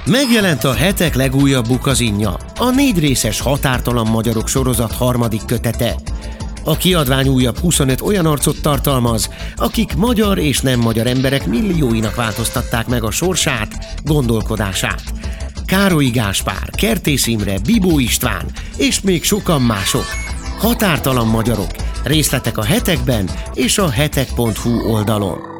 Megjelent a hetek legújabb bukazinja, a 4 részes Határtalan magyarok sorozat 3. kötete. A kiadvány újabb 25 olyan arcot tartalmaz, akik magyar és nem magyar emberek millióinak változtatták meg a sorsát, gondolkodását. Károlyi Gáspár, Kertész Imre, Bibó István és még sokan mások. Határtalan magyarok. Részletek a hetekben és a hetek.hu oldalon.